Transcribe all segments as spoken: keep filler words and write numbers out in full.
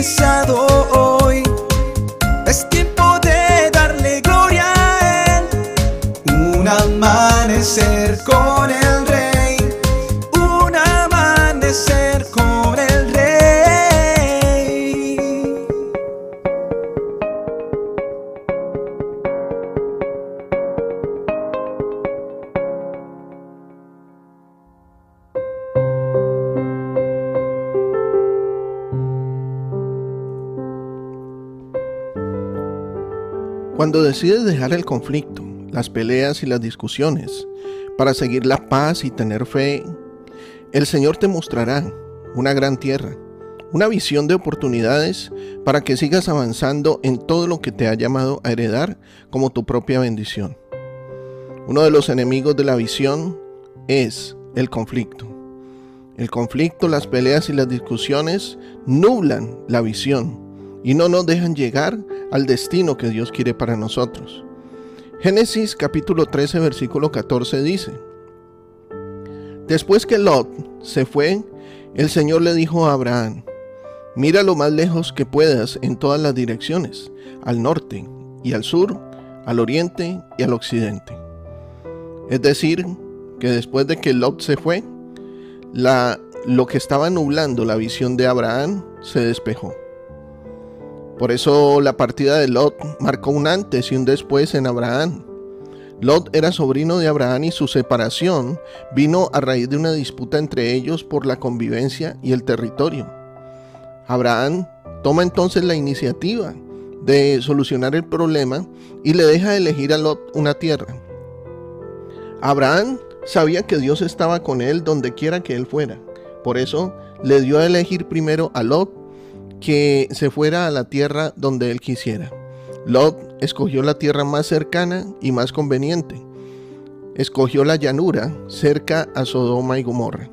empezado hoy. Es tiempo de darle gloria a Él. Un amanecer con el Rey. Un amanecer con el Rey. Cuando decides dejar el conflicto, las peleas y las discusiones para seguir la paz y tener fe, el Señor te mostrará una gran tierra, una visión de oportunidades para que sigas avanzando en todo lo que te ha llamado a heredar como tu propia bendición. Uno de los enemigos de la visión es el conflicto. El conflicto, las peleas y las discusiones nublan la visión y no nos dejan llegar al destino que Dios quiere para nosotros. Génesis capítulo trece versículo catorce dice: Después que Lot se fue, el Señor le dijo a Abraham: Mira lo más lejos que puedas en todas las direcciones, al norte y al sur, al oriente y al occidente. Es decir, que después de que Lot se fue, la, lo que estaba nublando la visión de Abraham se despejó. Por eso la partida de Lot marcó un antes y un después en Abraham. Lot era sobrino de Abraham y su separación vino a raíz de una disputa entre ellos por la convivencia y el territorio. Abraham toma entonces la iniciativa de solucionar el problema y le deja elegir a Lot una tierra. Abraham sabía que Dios estaba con él donde quiera que él fuera. Por eso le dio a elegir primero a Lot que se fuera a la tierra donde él quisiera. Lot escogió la tierra más cercana y más conveniente. Escogió la llanura cerca a Sodoma y Gomorra.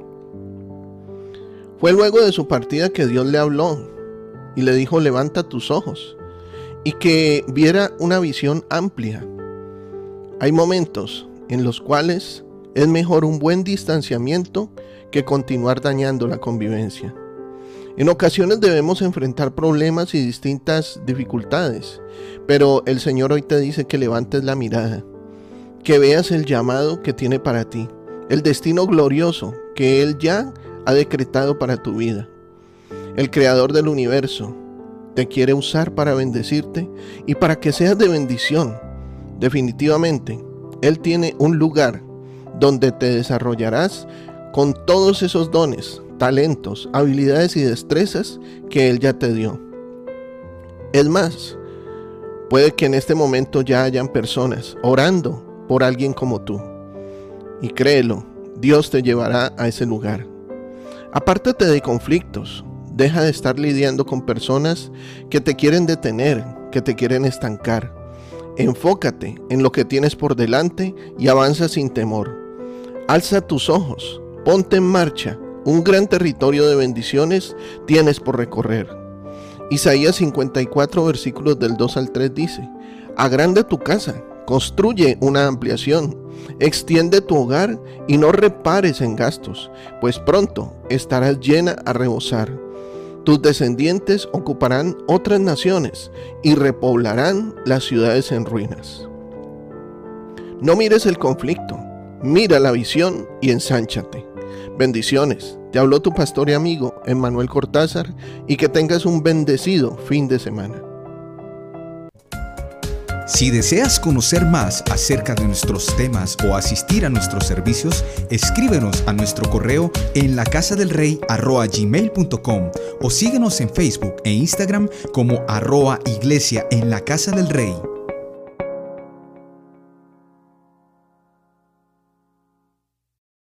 Fue luego de su partida que Dios le habló y le dijo: levanta tus ojos, y que viera una visión amplia. Hay momentos en los cuales es mejor un buen distanciamiento que continuar dañando la convivencia. En ocasiones debemos enfrentar problemas y distintas dificultades, pero el Señor hoy te dice que levantes la mirada, que veas el llamado que tiene para ti, el destino glorioso que Él ya ha decretado para tu vida. El Creador del universo te quiere usar para bendecirte y para que seas de bendición. Definitivamente, Él tiene un lugar donde te desarrollarás con todos esos dones, talentos, habilidades y destrezas que Él ya te dio. Es más, puede que en este momento ya hayan personas orando por alguien como tú. Y créelo, Dios te llevará a ese lugar. Apártate de conflictos. Deja de estar lidiando con personas que te quieren detener, que te quieren estancar. Enfócate en lo que tienes por delante y avanza sin temor. Alza tus ojos, ponte en marcha. Un gran territorio de bendiciones tienes por recorrer. Isaías cincuenta y cuatro versículos del dos al tres dice: Agranda tu casa, construye una ampliación, extiende tu hogar y no repares en gastos, pues pronto estarás llena a rebosar. Tus descendientes ocuparán otras naciones y repoblarán las ciudades en ruinas. No mires el conflicto, mira la visión y ensánchate. Bendiciones. Te habló tu pastor y amigo Emmanuel Cortázar, y que tengas un bendecido fin de semana. Si deseas conocer más acerca de nuestros temas o asistir a nuestros servicios, escríbenos a nuestro correo en lacasadelrey arroba gmail punto com o síguenos en Facebook e Instagram como arroba iglesia en la casa del rey.